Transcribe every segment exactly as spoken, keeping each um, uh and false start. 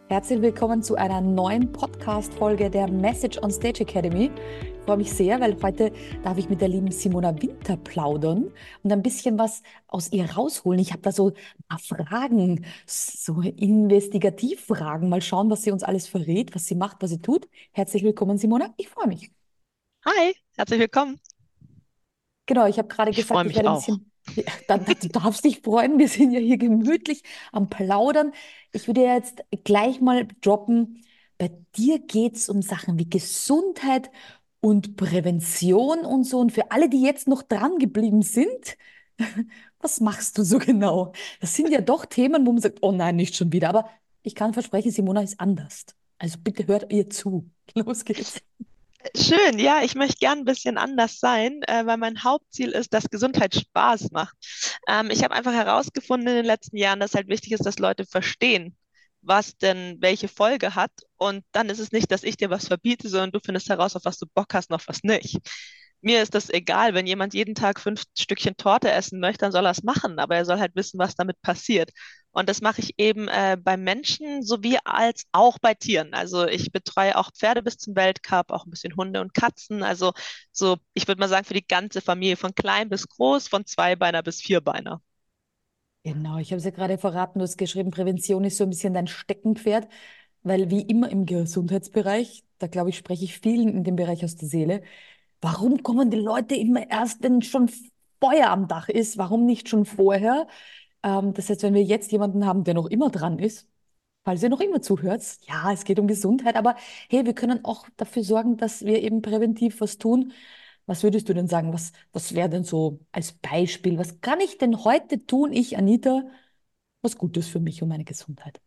Herzlich willkommen zu einer neuen Podcast-Folge der Message on Stage Academy. Ich freue mich sehr, weil heute darf ich mit der lieben Simona Winter plaudern und ein bisschen was aus ihr rausholen. Ich habe da so ein paar Fragen, so Investigativfragen. Mal schauen, was sie uns alles verrät, was sie macht, was sie tut. Herzlich willkommen, Simona. Ich freue mich. Hi, herzlich willkommen. Genau, ich habe gerade Ich gesagt, freue ich mich werde ein auch. bisschen, ja, da, da, du darfst dich freuen, wir sind ja hier gemütlich am Plaudern. Ich würde jetzt gleich mal droppen, bei dir geht es um Sachen wie Gesundheit und Prävention und so. Und für alle, die jetzt noch dran geblieben sind, was machst du so genau? Das sind ja doch Themen, wo man sagt, oh nein, nicht schon wieder. Aber ich kann versprechen, Simona ist anders. Also bitte hört ihr zu. Los geht's. Schön, ja, ich möchte gern ein bisschen anders sein, äh, weil mein Hauptziel ist, dass Gesundheit Spaß macht. Ähm, ich habe einfach herausgefunden in den letzten Jahren, dass halt wichtig ist, dass Leute verstehen, was denn welche Folge hat. Und dann ist es nicht, dass ich dir was verbiete, sondern du findest heraus, auf was du Bock hast, noch was nicht. Mir ist das egal, wenn jemand jeden Tag fünf Stückchen Torte essen möchte, dann soll er es machen, aber er soll halt wissen, was damit passiert. Und das mache ich eben äh, bei Menschen sowie als auch bei Tieren. Also ich betreue auch Pferde bis zum Weltcup, auch ein bisschen Hunde und Katzen. Also so, ich würde mal sagen, für die ganze Familie, von klein bis groß, von Zweibeiner bis Vierbeiner. Genau, ich habe es ja gerade verraten, du hast geschrieben, Prävention ist so ein bisschen dein Steckenpferd, weil wie immer im Gesundheitsbereich, da glaube ich, spreche ich vielen in dem Bereich aus der Seele. Warum kommen die Leute immer erst, wenn schon Feuer am Dach ist? Warum nicht schon vorher? Ähm, das heißt, wenn wir jetzt jemanden haben, der noch immer dran ist, falls ihr noch immer zuhört, ja, es geht um Gesundheit, aber hey, wir können auch dafür sorgen, dass wir eben präventiv was tun. Was würdest du denn sagen? Was, was wäre denn so als Beispiel? Was kann ich denn heute tun, ich, Anita, was Gutes für mich und meine Gesundheit?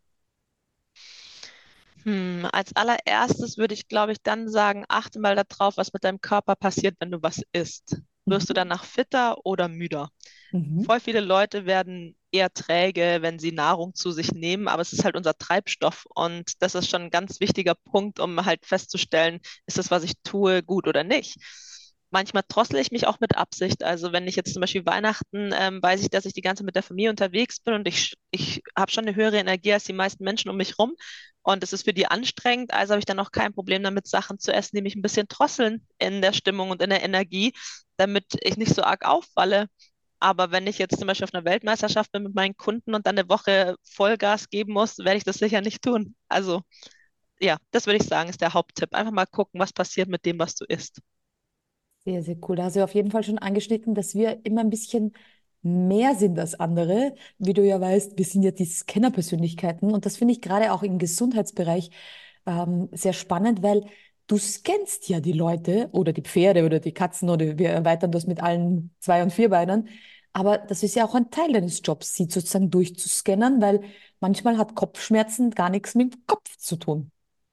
Hm, als allererstes würde ich, glaube ich, dann sagen, achte mal darauf, was mit deinem Körper passiert, wenn du was isst. Wirst du Mhm. danach fitter oder müder? Mhm. Voll viele Leute werden eher träge, wenn sie Nahrung zu sich nehmen, aber es ist halt unser Treibstoff und das ist schon ein ganz wichtiger Punkt, um halt festzustellen, ist das, was ich tue, gut oder nicht. Manchmal drossel ich mich auch mit Absicht. Also wenn ich jetzt zum Beispiel Weihnachten, ähm, weiß ich, dass ich die ganze Zeit mit der Familie unterwegs bin und ich, ich habe schon eine höhere Energie als die meisten Menschen um mich rum und es ist für die anstrengend, also habe ich dann auch kein Problem damit, Sachen zu essen, die mich ein bisschen drosseln in der Stimmung und in der Energie, damit ich nicht so arg auffalle. Aber wenn ich jetzt zum Beispiel auf einer Weltmeisterschaft bin mit meinen Kunden und dann eine Woche Vollgas geben muss, werde ich das sicher nicht tun. Also ja, das würde ich sagen, ist der Haupttipp. Einfach mal gucken, was passiert mit dem, was du isst. Sehr, sehr cool. Da hast du auf jeden Fall schon angeschnitten, dass wir immer ein bisschen mehr sind als andere. Wie du ja weißt, wir sind ja die Scanner-Persönlichkeiten und das finde ich gerade auch im Gesundheitsbereich ähm, sehr spannend, weil du scannst ja die Leute oder die Pferde oder die Katzen oder wir erweitern das mit allen Zwei- und Vierbeinern. Aber das ist ja auch ein Teil deines Jobs, sie sozusagen durchzuscannen, weil manchmal hat Kopfschmerzen gar nichts mit dem Kopf zu tun.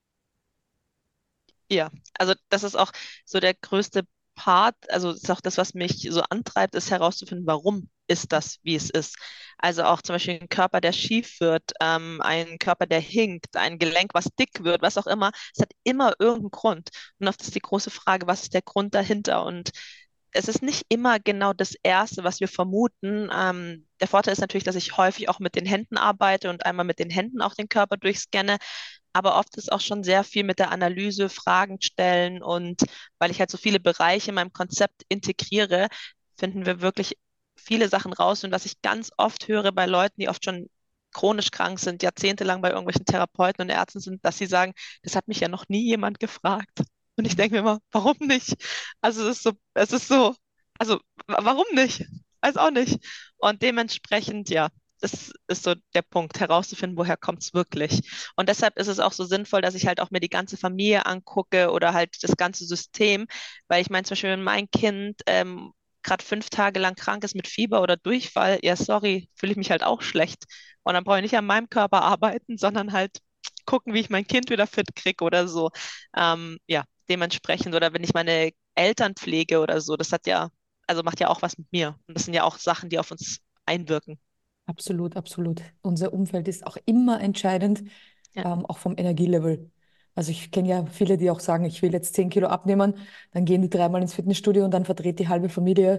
Ja, also das ist auch so der größte Part, also ist auch das, was mich so antreibt, ist herauszufinden, warum ist das, wie es ist. Also auch zum Beispiel ein Körper, der schief wird, ähm, ein Körper, der hinkt, ein Gelenk, was dick wird, was auch immer. Es hat immer irgendeinen Grund. Und oft ist die große Frage, was ist der Grund dahinter? Und es ist nicht immer genau das Erste, was wir vermuten. Ähm, der Vorteil ist natürlich, dass ich häufig auch mit den Händen arbeite und einmal mit den Händen auch den Körper durchscanne. Aber oft ist auch schon sehr viel mit der Analyse, Fragen stellen und weil ich halt so viele Bereiche in meinem Konzept integriere, finden wir wirklich viele Sachen raus. Und was ich ganz oft höre bei Leuten, die oft schon chronisch krank sind, jahrzehntelang bei irgendwelchen Therapeuten und Ärzten sind, dass sie sagen, das hat mich ja noch nie jemand gefragt. Und ich denke mir immer, warum nicht? Also es ist so, es ist so, also wa- warum nicht? Weiß auch nicht. Und dementsprechend, ja, das ist so der Punkt, herauszufinden, woher kommt es wirklich. Und deshalb ist es auch so sinnvoll, dass ich halt auch mir die ganze Familie angucke oder halt das ganze System, weil ich meine, zum Beispiel, wenn mein Kind ähm, gerade fünf Tage lang krank ist mit Fieber oder Durchfall, ja, sorry, fühle ich mich halt auch schlecht. Und dann brauche ich nicht an meinem Körper arbeiten, sondern halt gucken, wie ich mein Kind wieder fit kriege oder so. Ähm, ja, dementsprechend. Oder wenn ich meine Eltern pflege oder so, das hat ja, also macht ja auch was mit mir. Und das sind ja auch Sachen, die auf uns einwirken. Absolut, absolut. Unser Umfeld ist auch immer entscheidend, Ja. ähm, auch vom Energielevel. Also ich kenne ja viele, die auch sagen, ich will jetzt zehn Kilo abnehmen, dann gehen die dreimal ins Fitnessstudio und dann verdreht die halbe Familie.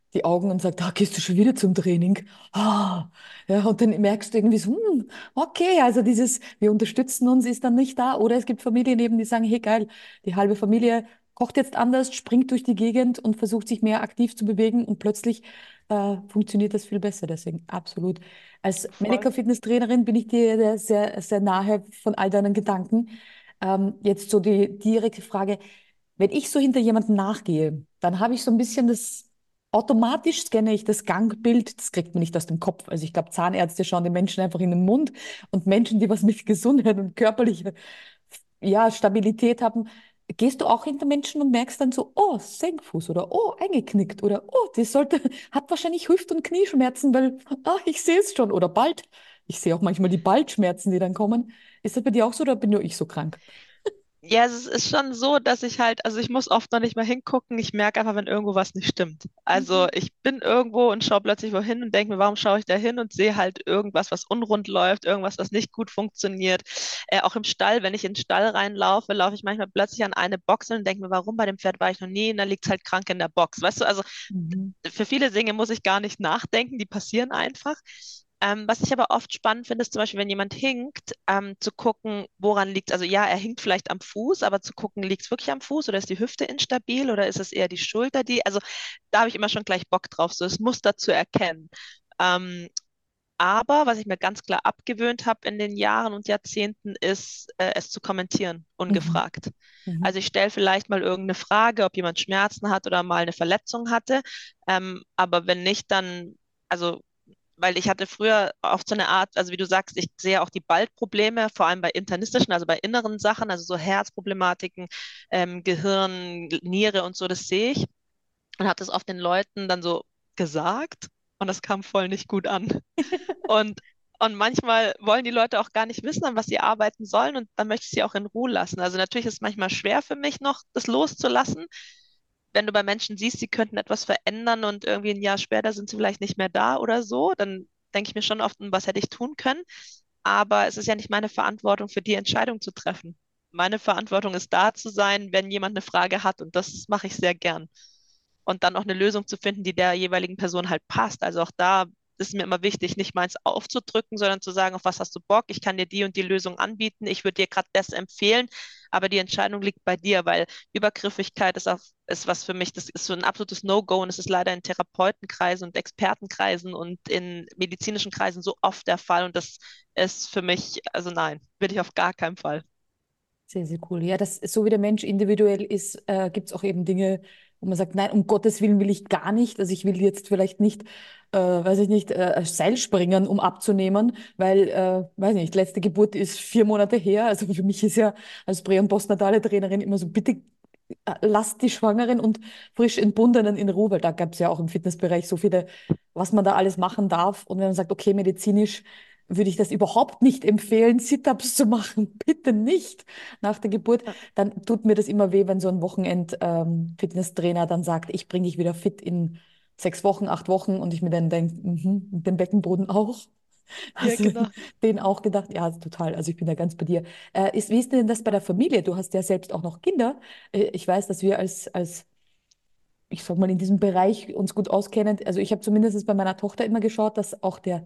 die Augen und sagt, ah, gehst du schon wieder zum Training? Ah, ja, und dann merkst du irgendwie so, hm, okay, also dieses, wir unterstützen uns ist dann nicht da. Oder es gibt Familien eben, die sagen, hey geil, die halbe Familie kocht jetzt anders, springt durch die Gegend und versucht sich mehr aktiv zu bewegen und plötzlich äh, funktioniert das viel besser. Deswegen absolut. Als Voll. Medical Fitness Trainerin bin ich dir sehr, sehr nahe von all deinen Gedanken. Ähm, jetzt so die direkte Frage, wenn ich so hinter jemandem nachgehe, dann habe ich so ein bisschen das, automatisch scanne ich das Gangbild, das kriegt man nicht aus dem Kopf. Also ich glaube, Zahnärzte schauen den Menschen einfach in den Mund und Menschen, die was mit Gesundheit und körperlicher, ja, Stabilität haben, gehst du auch hinter Menschen und merkst dann so, oh, Senkfuß oder oh, eingeknickt oder oh, die sollte, hat wahrscheinlich Hüft- und Knieschmerzen, weil, ah, ich sehe es schon oder bald. Ich sehe auch manchmal die Baldschmerzen, die dann kommen. Ist das bei dir auch so oder bin nur ich so krank? Ja, es ist schon so, dass ich halt, also ich muss oft noch nicht mal hingucken. Ich merke einfach, wenn irgendwo was nicht stimmt. Also Mhm. ich bin irgendwo und schaue plötzlich wohin und denke mir, warum schaue ich da hin und sehe halt irgendwas, was unrund läuft, irgendwas, was nicht gut funktioniert. Äh, auch im Stall, wenn ich in den Stall reinlaufe, laufe ich manchmal plötzlich an eine Box und denke mir, warum bei dem Pferd war ich noch nie? Und dann liegt es halt krank in der Box. Weißt du, also Mhm. für viele Dinge muss ich gar nicht nachdenken, die passieren einfach. Ähm, was ich aber oft spannend finde, ist zum Beispiel, wenn jemand hinkt, ähm, zu gucken, woran liegt Also ja, er hinkt vielleicht am Fuß, aber zu gucken, liegt es wirklich am Fuß oder ist die Hüfte instabil oder ist es eher die Schulter, die, also da habe ich immer schon gleich Bock drauf, so das Muster zu erkennen. Ähm, aber was ich mir ganz klar abgewöhnt habe in den Jahren und Jahrzehnten, ist, äh, es zu kommentieren, Mhm. ungefragt. Mhm. Also ich stelle vielleicht mal irgendeine Frage, ob jemand Schmerzen hat oder mal eine Verletzung hatte. Ähm, aber wenn nicht, dann, also, weil ich hatte früher oft so eine Art, also wie du sagst, ich sehe auch die Baldprobleme, vor allem bei internistischen, also bei inneren Sachen, also so Herzproblematiken, ähm, Gehirn, Niere und so, das sehe ich. Und habe das oft den Leuten dann so gesagt und das kam voll nicht gut an. Und, und manchmal wollen die Leute auch gar nicht wissen, an was sie arbeiten sollen und dann möchte ich sie auch in Ruhe lassen. Also natürlich ist es manchmal schwer für mich noch, das loszulassen. Wenn du bei Menschen siehst, sie könnten etwas verändern und irgendwie ein Jahr später sind sie vielleicht nicht mehr da oder so, dann denke ich mir schon oft, hm, was hätte ich tun können? Aber es ist ja nicht meine Verantwortung, für die Entscheidung zu treffen. Meine Verantwortung ist da zu sein, wenn jemand eine Frage hat und das mache ich sehr gern und dann auch eine Lösung zu finden, die der jeweiligen Person halt passt. Also auch da ist mir immer wichtig, nicht meins aufzudrücken, sondern zu sagen, auf was hast du Bock? Ich kann dir die und die Lösung anbieten. Ich würde dir gerade das empfehlen, aber die Entscheidung liegt bei dir, weil Übergriffigkeit ist, auf, ist was für mich, das ist so ein absolutes No-Go und es ist leider in Therapeutenkreisen und Expertenkreisen und in medizinischen Kreisen so oft der Fall und das ist für mich, also nein, will ich auf gar keinen Fall. Sehr, sehr cool. Ja, das, so wie der Mensch individuell ist, äh, gibt es auch eben Dinge, wo man sagt, nein, um Gottes Willen will ich gar nicht. Also ich will jetzt vielleicht nicht, äh, weiß ich nicht, äh, Seil springen, um abzunehmen, weil, äh, weiß nicht, letzte Geburt ist vier Monate her. Also für mich ist ja als Prä- und Postnatale Trainerin immer so, bitte äh, lasst die Schwangeren und frisch Entbundenen in Ruhe, weil da gab es ja auch im Fitnessbereich so viele, was man da alles machen darf. Und wenn man sagt, okay, medizinisch würde ich das überhaupt nicht empfehlen, Sit-ups zu machen, bitte nicht nach der Geburt, Ja, dann tut mir das immer weh, wenn so ein Wochenend-Fitnesstrainer dann sagt, ich bringe dich wieder fit in sechs Wochen, acht Wochen und ich mir dann denke, mhm, den Beckenboden auch. ja, Hast du genau. den auch gedacht? Ja, total. Also ich bin da ganz bei dir. Äh, ist, wie ist denn das bei der Familie? Du hast ja selbst auch noch Kinder. Äh, ich weiß, dass wir als, als, ich sag mal, in diesem Bereich uns gut auskennen. Also ich habe zumindest bei meiner Tochter immer geschaut, dass auch der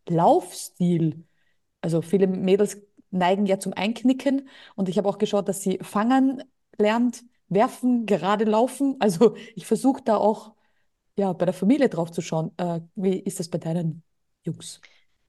Laufstil, also viele Mädels neigen ja zum Einknicken und ich habe auch geschaut, dass sie fangen lernt, werfen, gerade laufen. Also ich versuche da auch ja bei der Familie drauf zu schauen. Äh, wie ist das bei deinen Jungs?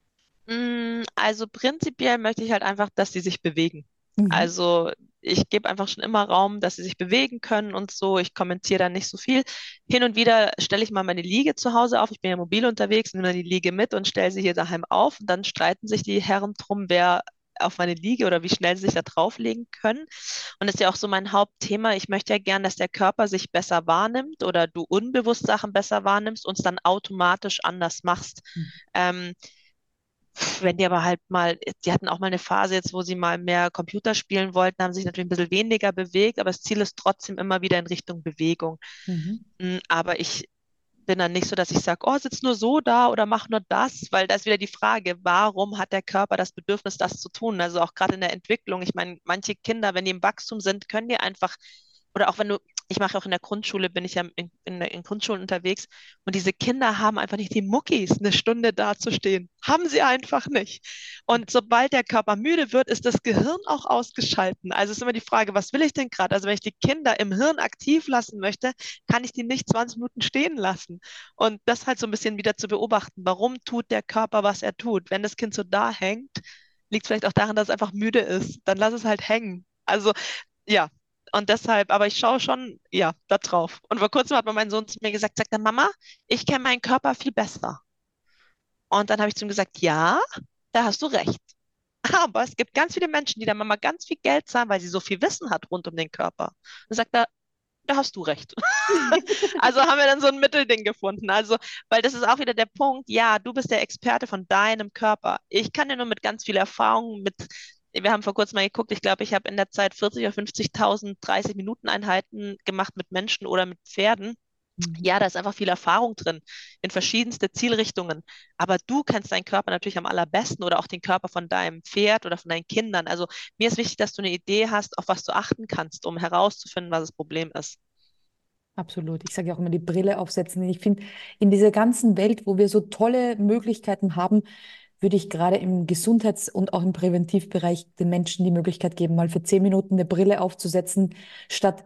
Mm, Also prinzipiell möchte ich halt einfach, dass sie sich bewegen. Mhm. Also ich gebe einfach schon immer Raum, dass sie sich bewegen können und so. Ich kommentiere da nicht so viel. Hin und wieder stelle ich mal meine Liege zu Hause auf. Ich bin ja mobil unterwegs, nehme dann die Liege mit und stelle sie hier daheim auf. Und dann streiten sich die Herren drum, wer auf meine Liege oder wie schnell sie sich da drauflegen können. Und das ist ja auch so mein Hauptthema. Ich möchte ja gern, dass der Körper sich besser wahrnimmt oder du unbewusst Sachen besser wahrnimmst und es dann automatisch anders machst. Ähm, wenn die aber halt mal, die hatten auch mal eine Phase jetzt, wo sie mal mehr Computer spielen wollten, haben sich natürlich ein bisschen weniger bewegt, aber das Ziel ist trotzdem immer wieder in Richtung Bewegung. Mhm. Mm, Aber ich bin dann nicht so, dass ich sage, oh, sitz nur so da oder mach nur das, weil da ist wieder die Frage, warum hat der Körper das Bedürfnis, das zu tun? Also auch gerade in der Entwicklung. Ich meine, manche Kinder, wenn die im Wachstum sind, können die einfach, oder auch wenn du ich mache auch in der Grundschule, bin ich ja in, in, in Grundschulen unterwegs und diese Kinder haben einfach nicht die Muckis, eine Stunde dazustehen. Haben sie einfach nicht. Und sobald der Körper müde wird, ist das Gehirn auch ausgeschalten. Also ist immer die Frage, was will ich denn gerade? Also wenn ich die Kinder im Hirn aktiv lassen möchte, kann ich die nicht zwanzig Minuten stehen lassen. Und das halt so ein bisschen wieder zu beobachten. Warum tut der Körper, was er tut? Wenn das Kind so da hängt, liegt es vielleicht auch daran, dass es einfach müde ist. Dann lass es halt hängen. Also ja, und deshalb, aber ich schaue schon, ja, da drauf. Und vor kurzem hat mal mein Sohn zu mir gesagt, sagt er, Mama, ich kenne meinen Körper viel besser. Und dann habe ich zu ihm gesagt, ja, da hast du recht. Aber es gibt ganz viele Menschen, die der Mama ganz viel Geld zahlen, weil sie so viel Wissen hat rund um den Körper. Und sagt er, da hast du recht. Also haben wir dann so ein Mittelding gefunden. Also, weil das ist auch wieder der Punkt, ja, du bist der Experte von deinem Körper. Ich kann dir nur mit ganz viel Erfahrung, mit, wir haben vor kurzem mal geguckt, ich glaube, ich habe in der Zeit vierzig oder fünfzigtausend dreißig-Minuten-Einheiten gemacht mit Menschen oder mit Pferden. Mhm. Ja, da ist einfach viel Erfahrung drin in verschiedenste Zielrichtungen. Aber du kennst deinen Körper natürlich am allerbesten oder auch den Körper von deinem Pferd oder von deinen Kindern. Also mir ist wichtig, dass du eine Idee hast, auf was du achten kannst, um herauszufinden, was das Problem ist. Absolut. Ich sage ja auch immer die Brille aufsetzen. Ich finde, in dieser ganzen Welt, wo wir so tolle Möglichkeiten haben, würde ich gerade im Gesundheits- und auch im Präventivbereich den Menschen die Möglichkeit geben, mal für zehn Minuten eine Brille aufzusetzen, statt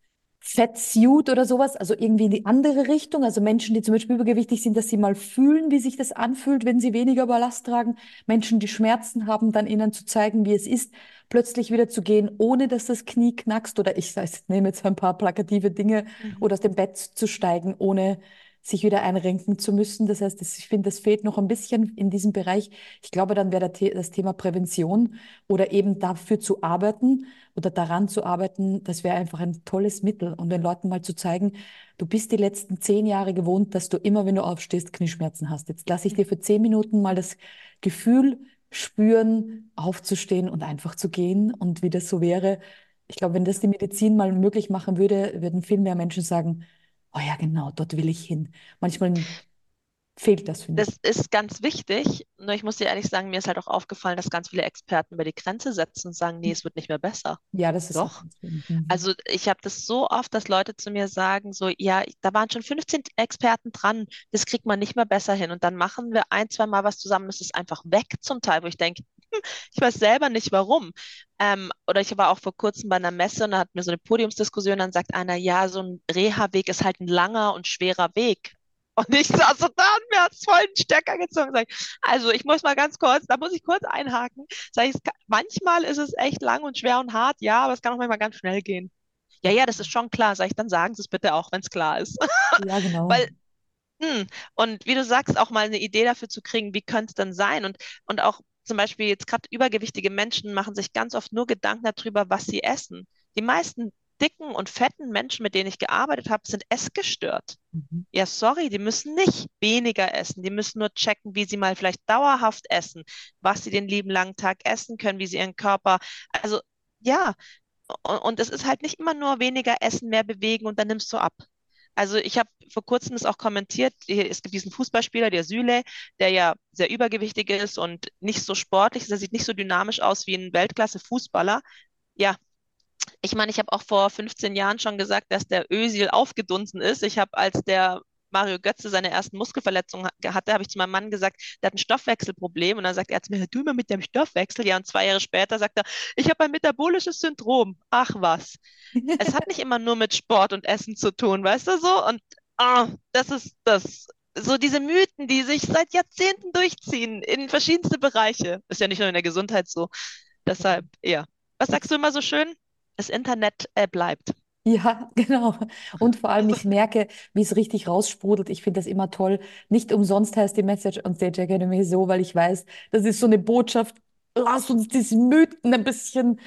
Fettsuit oder sowas, also irgendwie in die andere Richtung. Also Menschen, die zum Beispiel übergewichtig sind, dass sie mal fühlen, wie sich das anfühlt, wenn sie weniger Ballast tragen. Menschen, die Schmerzen haben, dann ihnen zu zeigen, wie es ist, plötzlich wieder zu gehen, ohne dass das Knie knackst. Oder ich sag, nehme jetzt ein paar plakative Dinge Mhm. oder aus dem Bett zu steigen, ohne sich wieder einrenken zu müssen. Das heißt, das, ich finde, das fehlt noch ein bisschen in diesem Bereich. Ich glaube, dann wäre der The das Thema Prävention oder eben dafür zu arbeiten oder daran zu arbeiten, das wäre einfach ein tolles Mittel. Und den Leuten mal zu zeigen, du bist die letzten zehn Jahre gewohnt, dass du immer, wenn du aufstehst, Knieschmerzen hast. Jetzt lasse ich dir für zehn Minuten mal das Gefühl spüren, aufzustehen und einfach zu gehen und wie das so wäre. Ich glaube, wenn das die Medizin mal möglich machen würde, würden viel mehr Menschen sagen, oh ja, genau, dort will ich hin. Manchmal fehlt das, finde ich. Das ist ganz wichtig. Nur ich muss dir ehrlich sagen, mir ist halt auch aufgefallen, dass ganz viele Experten über die Grenze setzen und sagen, nee, es wird nicht mehr besser. Ja, das ist auch Doch. ganz schön. Mhm. Also ich habe das so oft, dass Leute zu mir sagen, so, ja, da waren schon fünfzehn Experten dran, das kriegt man nicht mehr besser hin. Und dann machen wir ein, zwei Mal was zusammen, das ist einfach weg zum Teil, wo ich denke, hm, ich weiß selber nicht warum. Ähm, oder ich war auch vor kurzem bei einer Messe und da hatten wir so eine Podiumsdiskussion, dann sagt einer, ja, so ein Reha-Weg ist halt ein langer und schwerer Weg. Und ich saß so da und mir hat es voll den Stecker gezogen. Sag ich, also ich muss mal ganz kurz, da muss ich kurz einhaken. Sag ich, es kann, manchmal ist es echt lang und schwer und hart, ja, aber es kann auch manchmal ganz schnell gehen. Ja, ja, das ist schon klar. Sag ich, dann sagen Sie es bitte auch, wenn es klar ist. Ja, genau. Weil, hm, und wie du sagst, auch mal eine Idee dafür zu kriegen, wie könnte es denn sein? Und, und auch zum Beispiel jetzt gerade übergewichtige Menschen machen sich ganz oft nur Gedanken darüber, was sie essen. Die meisten dicken und fetten Menschen, mit denen ich gearbeitet habe, sind essgestört. Mhm. Ja, sorry, die müssen nicht weniger essen. Die müssen nur checken, wie sie mal vielleicht dauerhaft essen, was sie den lieben langen Tag essen können, wie sie ihren Körper, also ja, und, und es ist halt nicht immer nur weniger essen, mehr bewegen und dann nimmst du ab. Also ich habe vor kurzem das auch kommentiert, es gibt diesen Fußballspieler, der Süle, der ja sehr übergewichtig ist und nicht so sportlich ist, er sieht nicht so dynamisch aus wie ein Weltklasse-Fußballer. Ja, ich meine, ich habe auch vor fünfzehn Jahren schon gesagt, dass der Özil aufgedunsen ist. Ich habe, als der Mario Götze seine ersten Muskelverletzungen ha- hatte, habe ich zu meinem Mann gesagt, der hat ein Stoffwechselproblem. Und dann sagt er zu mir, du immer mit dem Stoffwechsel. Ja, und zwei Jahre später sagt er, ich habe ein metabolisches Syndrom. Ach was. Es hat nicht immer nur mit Sport und Essen zu tun, weißt du so? Und ah, das ist das. So diese Mythen, die sich seit Jahrzehnten durchziehen in verschiedenste Bereiche. Ist ja nicht nur in der Gesundheit so. Deshalb, ja. Was sagst du immer so schön? Das Internet äh, bleibt. Ja, genau. Und vor allem, ich merke, wie es richtig raussprudelt. Ich finde das immer toll. Nicht umsonst heißt die Message on Stage Academy so, weil ich weiß, das ist so eine Botschaft. Lass uns diese Mythen ein bisschen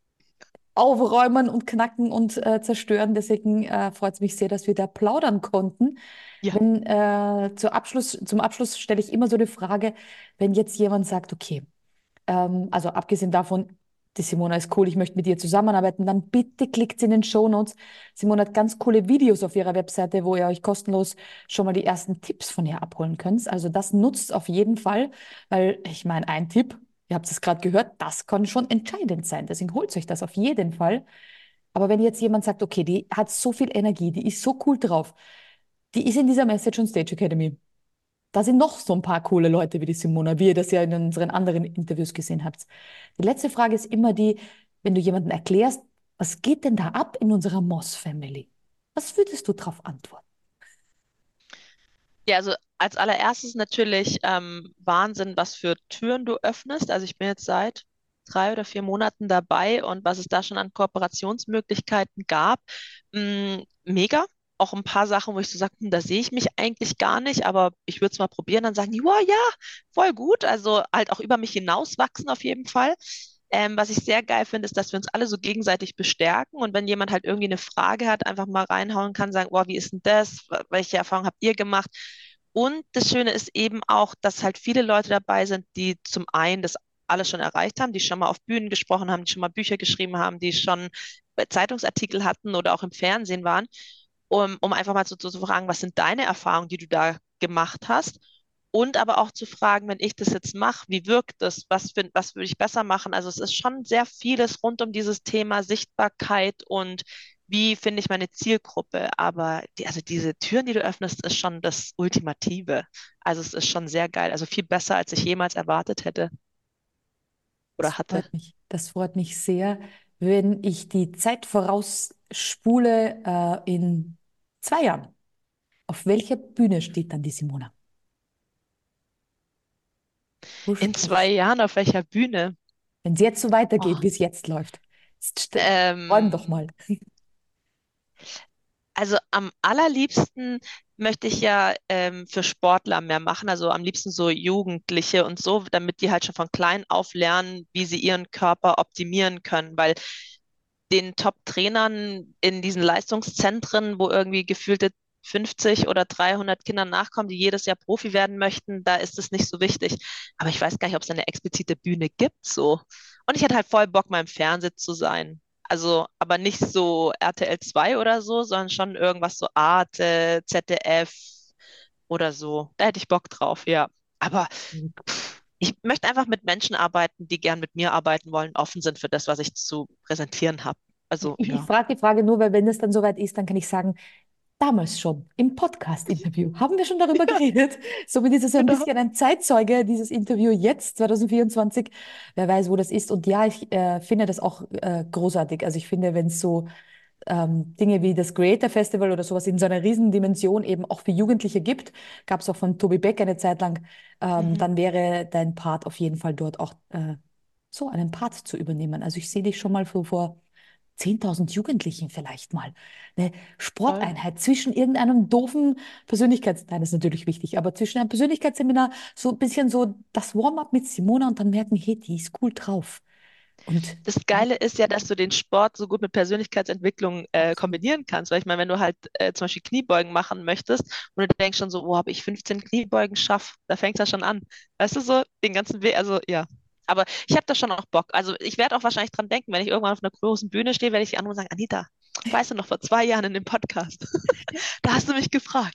aufräumen und knacken und äh, zerstören. Deswegen äh, freut es mich sehr, dass wir da plaudern konnten. Ja. Wenn, äh, zu Abschluss, zum Abschluss stelle ich immer so eine Frage, wenn jetzt jemand sagt, okay, ähm, also abgesehen davon, die Simona ist cool, ich möchte mit ihr zusammenarbeiten, dann bitte klickt in den Shownotes. Simona hat ganz coole Videos auf ihrer Webseite, wo ihr euch kostenlos schon mal die ersten Tipps von ihr abholen könnt. Also das nutzt auf jeden Fall, weil ich meine, ein Tipp, ihr habt es gerade gehört, das kann schon entscheidend sein. Deswegen holt euch das auf jeden Fall. Aber wenn jetzt jemand sagt, okay, die hat so viel Energie, die ist so cool drauf, die ist in dieser Message on Stage Academy. Da sind noch so ein paar coole Leute wie die Simona, wie ihr das ja in unseren anderen Interviews gesehen habt. Die letzte Frage ist immer die, wenn du jemandem erklärst, was geht denn da ab in unserer Moss Family? Was würdest du darauf antworten? Ja, also als allererstes natürlich ähm, Wahnsinn, was für Türen du öffnest. Also ich bin jetzt seit drei oder vier Monaten dabei und was es da schon an Kooperationsmöglichkeiten gab, mh, mega. Auch ein paar Sachen, wo ich so sage, hm, da sehe ich mich eigentlich gar nicht, aber ich würde es mal probieren. Dann sagen die, wow, ja, voll gut. Also halt auch über mich hinauswachsen auf jeden Fall. Ähm, was ich sehr geil finde, ist, dass wir uns alle so gegenseitig bestärken und wenn jemand halt irgendwie eine Frage hat, einfach mal reinhauen kann, sagen, wow, wie ist denn das? Welche Erfahrungen habt ihr gemacht? Und das Schöne ist eben auch, dass halt viele Leute dabei sind, die zum einen das alles schon erreicht haben, die schon mal auf Bühnen gesprochen haben, die schon mal Bücher geschrieben haben, die schon Zeitungsartikel hatten oder auch im Fernsehen waren, um, um einfach mal so zu, zu fragen, was sind deine Erfahrungen, die du da gemacht hast? Und aber auch zu fragen, wenn ich das jetzt mache, wie wirkt das? Was, find, was würde ich besser machen? Also es ist schon sehr vieles rund um dieses Thema Sichtbarkeit und wie finde ich meine Zielgruppe. Aber die, also diese Türen, die du öffnest, ist schon das Ultimative. Also es ist schon sehr geil. Also viel besser, als ich jemals erwartet hätte Das oder hatte. freut mich. Das freut mich sehr. Wenn ich die Zeit vorausspule, äh, in zwei Jahren, auf welcher Bühne steht dann die Simona? Wo In zwei sprichst Jahren auf welcher Bühne? Wenn es jetzt so Oh, weitergeht, wie es jetzt läuft? Jetzt st- Träum ähm, doch mal. Also am allerliebsten möchte ich ja ähm, für Sportler mehr machen, also am liebsten so Jugendliche und so, damit die halt schon von klein auf lernen, wie sie ihren Körper optimieren können, weil den Top-Trainern in diesen Leistungszentren, wo irgendwie gefühlte fünfzig oder dreihundert Kinder nachkommen, die jedes Jahr Profi werden möchten, da ist es nicht so wichtig. Aber ich weiß gar nicht, ob es eine explizite Bühne gibt, so. Und ich hätte halt voll Bock, mal im Fernsehen zu sein. Also, aber nicht so R T L zwei oder so, sondern schon irgendwas so Arte, Z D F oder so. Da hätte ich Bock drauf, ja. Aber pff, ich möchte einfach mit Menschen arbeiten, die gern mit mir arbeiten wollen, offen sind für das, was ich zu präsentieren habe. Also, Ich, ich ja. frage die Frage nur, weil wenn es dann soweit ist, dann kann ich sagen, damals schon im Podcast-Interview haben wir schon darüber Ja, geredet. Somit ist es so ein genau. bisschen ein Zeitzeuge, dieses Interview jetzt, zwanzig vierundzwanzig. Wer weiß, wo das ist. Und ja, ich äh, finde das auch äh, großartig. Also ich finde, wenn es so ähm, Dinge wie das Creator Festival oder sowas in so einer Riesendimension eben auch für Jugendliche gibt, gab es auch von Tobi Beck eine Zeit lang, ähm, Mhm. dann wäre dein Part auf jeden Fall dort auch äh, so einen Part zu übernehmen. Also ich sehe dich schon mal vor, vor zehntausend Jugendlichen vielleicht mal. Eine Voll. Sporteinheit zwischen irgendeinem doofen Persönlichkeits... Nein, das ist natürlich wichtig, aber zwischen einem Persönlichkeitsseminar so ein bisschen so das Warm-up mit Simona und dann merken, hey, die ist cool drauf. Und Das ja, Geile ist ja, dass du den Sport so gut mit Persönlichkeitsentwicklung äh, absolut. kombinieren kannst. Weil ich meine, wenn du halt äh, zum Beispiel Kniebeugen machen möchtest und du denkst schon so, wo habe ich fünfzehn Kniebeugen schaff, da fängt es ja schon an. Weißt du so, den ganzen Weg, also ja. Aber ich habe da schon auch Bock. Also ich werde auch wahrscheinlich dran denken, wenn ich irgendwann auf einer großen Bühne stehe, werde ich die anrufen und sagen, Anita, weißt du noch, vor zwei Jahren in dem Podcast, da hast du mich gefragt.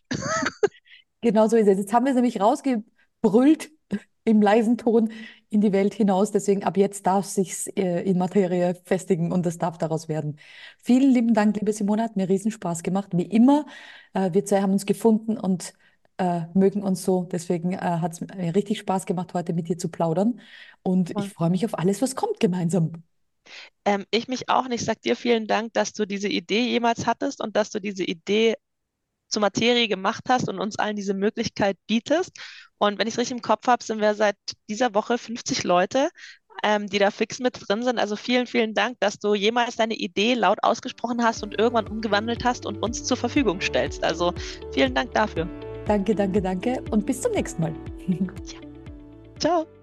Genau so ist es. Jetzt haben wir es nämlich rausgebrüllt im leisen Ton in die Welt hinaus. Deswegen ab jetzt darf es sich äh, in Materie festigen und das darf daraus werden. Vielen lieben Dank, liebe Simone, hat mir riesen Spaß gemacht. Wie immer, äh, wir zwei haben uns gefunden und äh, mögen uns so. Deswegen äh, hat es mir richtig Spaß gemacht, heute mit dir zu plaudern. Und ich freue mich auf alles, was kommt gemeinsam. Ähm, ich mich auch nicht. Ich sag dir vielen Dank, dass du diese Idee jemals hattest und dass du diese Idee zur Materie gemacht hast und uns allen diese Möglichkeit bietest. Und wenn ich es richtig im Kopf habe, sind wir seit dieser Woche fünfzig Leute, ähm, die da fix mit drin sind. Also vielen, vielen Dank, dass du jemals deine Idee laut ausgesprochen hast und irgendwann umgewandelt hast und uns zur Verfügung stellst. Also vielen Dank dafür. Danke, danke, danke und bis zum nächsten Mal. Ciao.